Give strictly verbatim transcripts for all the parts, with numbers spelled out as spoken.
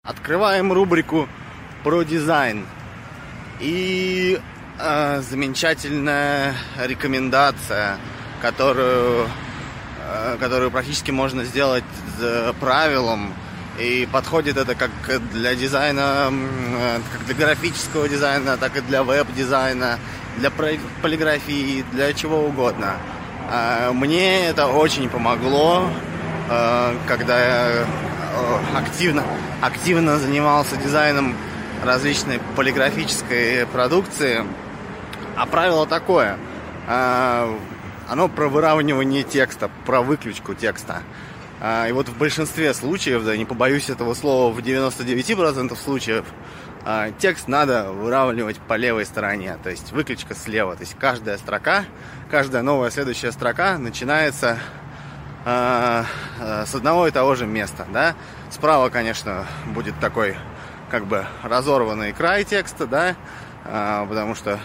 Открываем рубрику про дизайн. И э, замечательная рекомендация, которую, э, которую практически можно сделать правилом. И подходит это как для дизайна, э, как для графического дизайна, так и для веб-дизайна, для полиграфии, для чего угодно. Э, мне это очень помогло, э, когда я активно, активно занимался дизайном различной полиграфической продукции. А правило такое. Оно про выравнивание текста, про выключку текста. И вот в большинстве случаев, да, не побоюсь этого слова, в девяноста девяти процентах случаев, текст надо выравнивать по левой стороне, то есть выключка слева. То есть каждая строка, каждая новая следующая строка начинается с одного и того же места, да. Справа, конечно, будет такой, как бы, разорванный край текста, да, потому что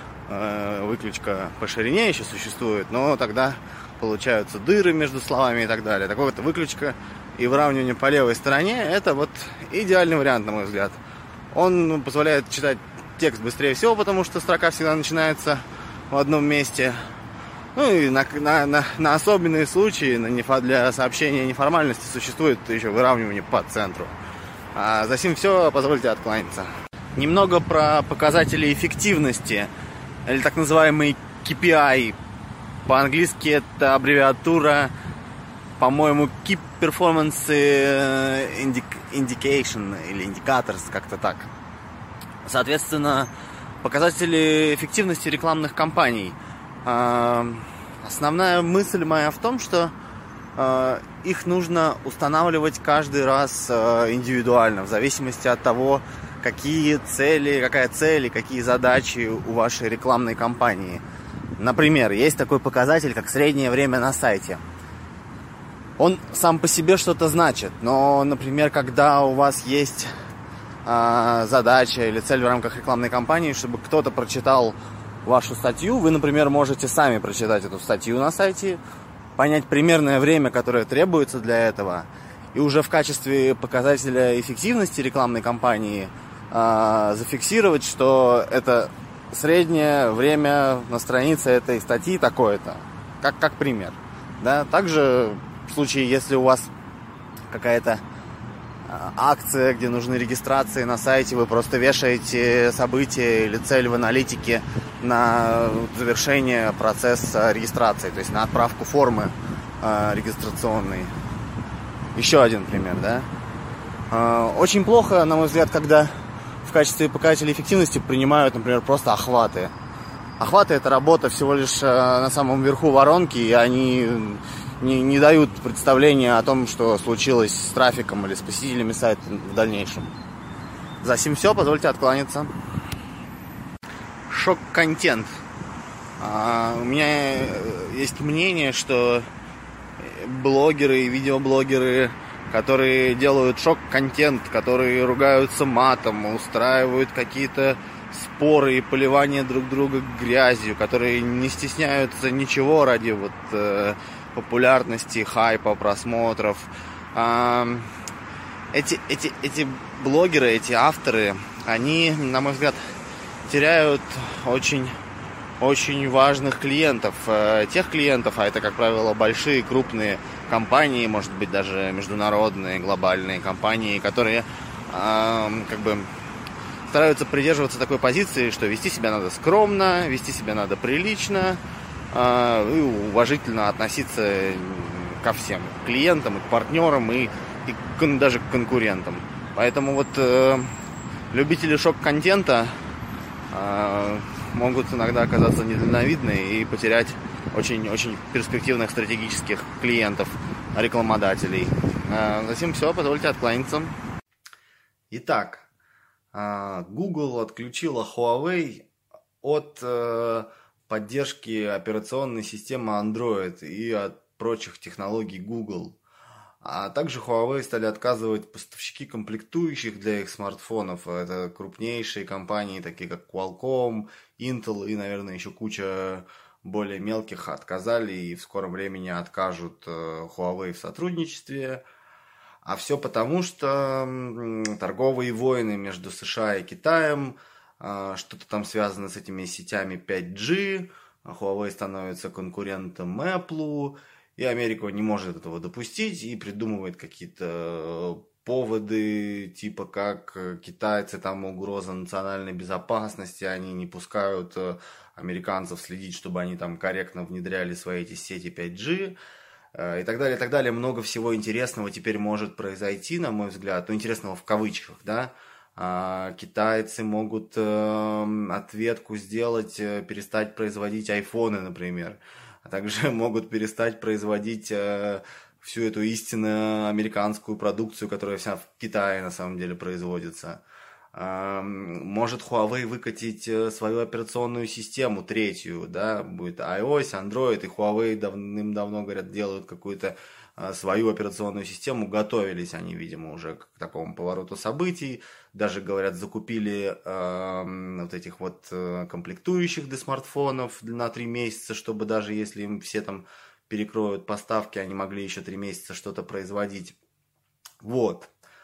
выключка по ширине еще существует, но тогда получаются дыры между словами и так далее. Так вот, выключка и выравнивание по левой стороне — это вот идеальный вариант, на мой взгляд. Он позволяет читать текст быстрее всего, потому что строка всегда начинается в одном месте. Ну и на, на, на, на особенные случаи, на нефа, для сообщения неформальности существует еще выравнивание по центру. А за сим все, позвольте откланяться. Немного про показатели эффективности, или так называемый кей пи ай. По-английски это аббревиатура, по-моему, Key Performance Indication или Indicators, как-то так. Соответственно, показатели эффективности рекламных кампаний. Основная мысль моя в том, что их нужно устанавливать каждый раз индивидуально, в зависимости от того, какие цели, какая цель и какие задачи у вашей рекламной кампании. Например, есть такой показатель, как среднее время на сайте. Он сам по себе что-то значит, но, например, когда у вас есть э, задача или цель в рамках рекламной кампании, чтобы кто-то прочитал вашу статью, вы, например, можете сами прочитать эту статью на сайте, понять примерное время, которое требуется для этого, и уже в качестве показателя эффективности рекламной кампании э, зафиксировать, что это среднее время на странице этой статьи такое-то, как, как пример. Да? Также в случае, если у вас какая-то акция, где нужны регистрации на сайте, вы просто вешаете событие или цель в аналитике на завершение процесса регистрации, то есть на отправку формы э, регистрационной. Еще один пример, да. Э, очень плохо, на мой взгляд, когда в качестве показателя эффективности принимают, например, просто охваты. Охваты — это работа всего лишь э, на самом верху воронки, и они не, не дают представления о том, что случилось с трафиком или с посетителями сайта в дальнейшем. За сим все, позвольте откланяться. Шок-контент. А, у меня есть мнение, что блогеры и видеоблогеры, которые делают шок-контент, которые ругаются матом, устраивают какие-то споры и поливание друг друга грязью, которые не стесняются ничего ради вот э, популярности, хайпа, просмотров. Э, эти, эти, эти блогеры, эти авторы, они, на мой взгляд, теряют очень, очень важных клиентов. Э, тех клиентов, а это, как правило, большие, крупные компании, может быть, даже международные, глобальные компании, которые э, как бы стараются придерживаться такой позиции, что вести себя надо скромно, вести себя надо прилично э, и уважительно относиться ко всем клиентам, и к партнерам, и, и к, даже к конкурентам. Поэтому вот э, любители шок-контента э, могут иногда оказаться недальновидны и потерять очень-очень перспективных стратегических клиентов, рекламодателей. Э, затем все, позвольте откланяться. Итак, Google отключила Huawei от э, поддержки операционной системы Android и от прочих технологий Google. А также Huawei стали отказывать поставщики комплектующих для их смартфонов. Это крупнейшие компании, такие как Qualcomm, Intel и, наверное, еще куча более мелких отказали и в скором времени откажут э, Huawei в сотрудничестве. А все потому, что торговые войны между США и Китаем, что-то там связано с этими сетями пять джи, Huawei становится конкурентом Apple, и Америка не может этого допустить и придумывает какие-то поводы, типа как китайцы, там угроза национальной безопасности, они не пускают американцев следить, чтобы они там корректно внедряли свои эти сети пять джи, и так далее, и так далее. Много всего интересного теперь может произойти, на мой взгляд, ну, интересного в кавычках, да. Китайцы могут ответку сделать, перестать производить айфоны, например, а также могут перестать производить всю эту истинно американскую продукцию, которая вся в Китае на самом деле производится. Может Huawei выкатить свою операционную систему, третью, да, будет iOS, Android, и Huawei давным-давно, говорят, делают какую-то свою операционную систему, готовились они, видимо, уже к такому повороту событий, даже, говорят, закупили э, вот этих вот комплектующих для смартфонов на три месяца, чтобы даже если им все там перекроют поставки, они могли еще три месяца что-то производить. Вот.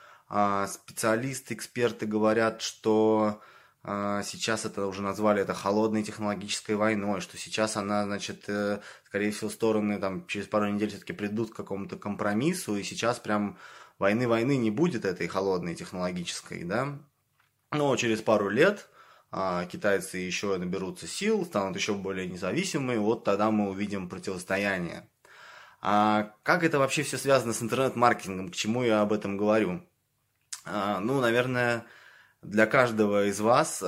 А специалисты, эксперты говорят, что а, сейчас это уже назвали это холодной технологической войной, что сейчас она, значит, э, скорее всего, стороны там через пару недель все-таки придут к какому-то компромиссу, и сейчас прям войны-войны не будет этой холодной технологической, да. Но через пару лет а, китайцы еще наберутся сил, станут еще более независимыми, вот тогда мы увидим противостояние. А как это вообще все связано с интернет-маркетингом, к чему я об этом говорю? Ну, наверное, для каждого из вас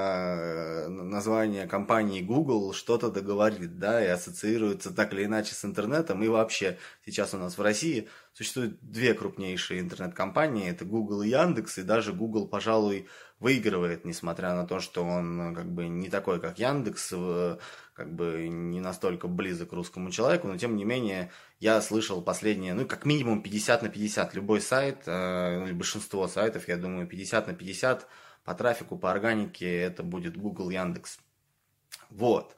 э, название компании Google что-то договорит, да, и ассоциируется так или иначе с интернетом. И вообще сейчас у нас в России существуют две крупнейшие интернет-компании, это Google и Яндекс, и даже Google, пожалуй, выигрывает, несмотря на то, что он как бы не такой, как Яндекс, как бы не настолько близок к русскому человеку, но тем не менее я слышал последние, ну как минимум пятьдесят на пятьдесят, любой сайт, э, большинство сайтов, я думаю, пятьдесят на пятьдесят по трафику, по органике это будет Google, Яндекс. Вот.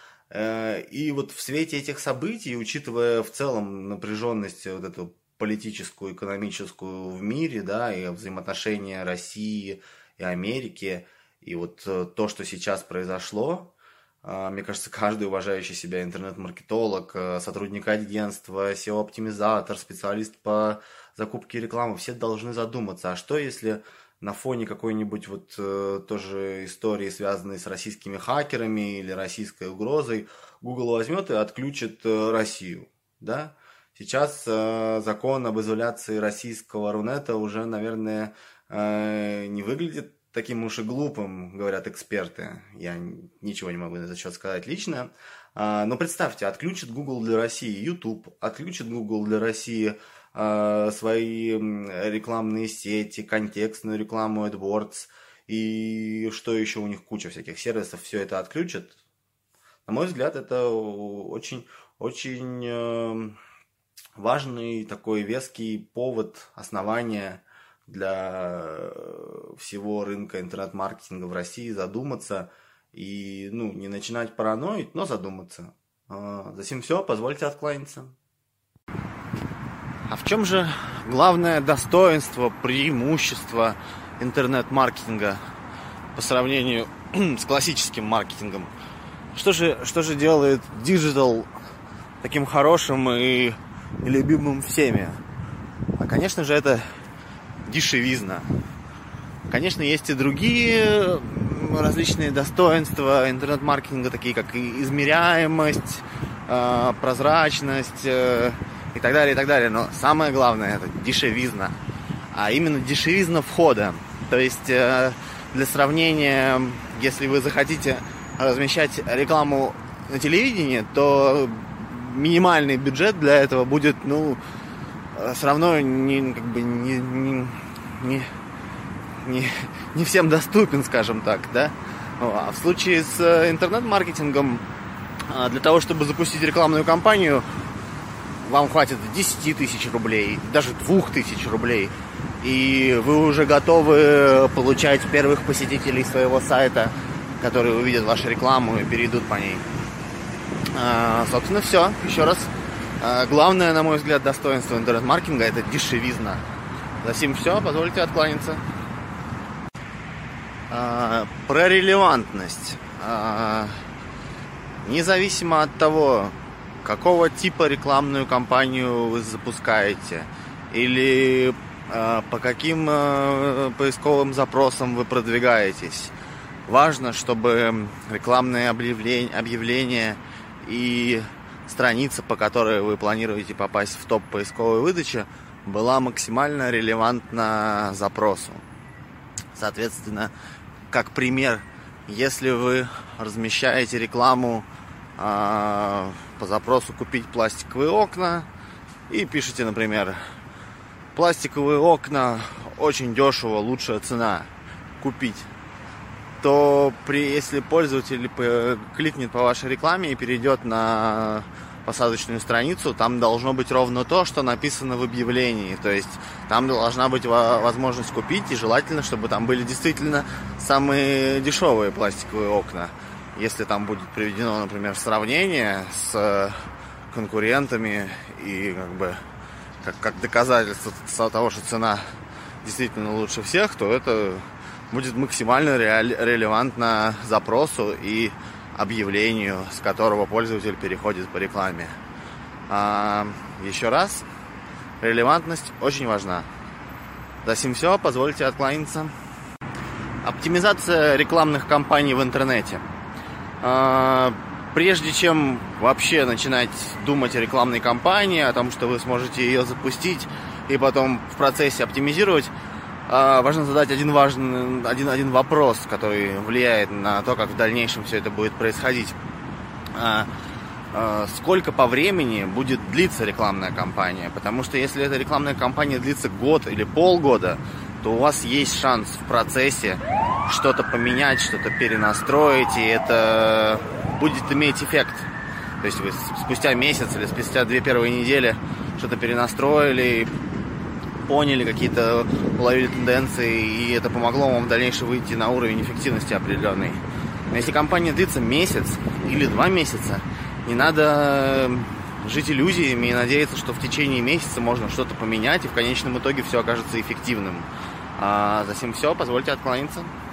Э, и вот в свете этих событий, учитывая в целом напряженность вот эту политическую, экономическую в мире, да, и взаимоотношения России и Америки, и вот то, что сейчас произошло, мне кажется, каждый уважающий себя интернет-маркетолог, сотрудник агентства, эс и о-оптимизатор, специалист по закупке рекламы, все должны задуматься, а что если на фоне какой-нибудь вот тоже истории, связанной с российскими хакерами или российской угрозой, Google возьмет и отключит Россию, да? Сейчас закон об изоляции российского Рунета уже, наверное, не выглядит таким уж и глупым, говорят эксперты. Я ничего не могу на этот счет сказать лично. Но представьте, отключит Google для России YouTube, отключит Google для России свои рекламные сети, контекстную рекламу, AdWords, и что еще у них куча всяких сервисов, все это отключит. На мой взгляд, это очень, очень важный такой веский повод, основание для всего рынка интернет-маркетинга в России задуматься и, ну, не начинать параноить, но задуматься. Затем все, позвольте откланяться. А в чем же главное достоинство, преимущество интернет-маркетинга по сравнению с классическим маркетингом? Что же, что же делает диджитал таким хорошим и любимым всеми? А, конечно же, это дешевизна. Конечно, есть и другие различные достоинства интернет-маркетинга, такие как измеряемость, прозрачность и так далее, и так далее. Но самое главное — это дешевизна. А именно дешевизна входа. То есть, для сравнения, если вы захотите размещать рекламу на телевидении, то минимальный бюджет для этого будет, ну, все равно не, как бы не, не, не, не, не всем доступен, скажем так, да. А в случае с интернет-маркетингом, для того, чтобы запустить рекламную кампанию, вам хватит десять тысяч рублей, даже две тысячи рублей, и вы уже готовы получать первых посетителей своего сайта, которые увидят вашу рекламу и перейдут по ней. А, собственно, все. Еще раз. А, главное, на мой взгляд, достоинство интернет-маркетинга — это дешевизна. За сим все, позвольте откланяться. А, про релевантность. А, независимо от того, какого типа рекламную кампанию вы запускаете, или а, по каким а, поисковым запросам вы продвигаетесь, важно, чтобы рекламные объявления, объявления и страница, по которой вы планируете попасть в топ поисковой выдачи, была максимально релевантна запросу. Соответственно, как пример, если вы размещаете рекламу э, по запросу «купить пластиковые окна» и пишете, например, «пластиковые окна очень дешево, лучшая цена, купить», то при, если пользователь кликнет по вашей рекламе и перейдет на посадочную страницу, там должно быть ровно то, что написано в объявлении. То есть там должна быть возможность купить, и желательно, чтобы там были действительно самые дешевые пластиковые окна. Если там будет приведено, например, сравнение с конкурентами и как бы как, как доказательство того, что цена действительно лучше всех, то это будет максимально реаль, релевантно запросу и объявлению, с которого пользователь переходит по рекламе. А, еще раз, релевантность очень важна. За сим все, позвольте откланяться. Оптимизация рекламных кампаний в интернете. А, прежде чем вообще начинать думать о рекламной кампании, о том, что вы сможете ее запустить и потом в процессе оптимизировать, важно задать один важный, один, один вопрос, который влияет на то, как в дальнейшем все это будет происходить. Сколько по времени будет длиться рекламная кампания? Потому что если эта рекламная кампания длится год или полгода, то у вас есть шанс в процессе что-то поменять, что-то перенастроить, и это будет иметь эффект. То есть вы спустя месяц или спустя две первые недели что-то перенастроили, поняли какие-то, уловили тенденции, и это помогло вам в дальнейшем выйти на уровень эффективности определенный. Но если кампания длится месяц или два месяца, не надо жить иллюзиями и надеяться, что в течение месяца можно что-то поменять, и в конечном итоге все окажется эффективным. А за сим все, позвольте отклониться.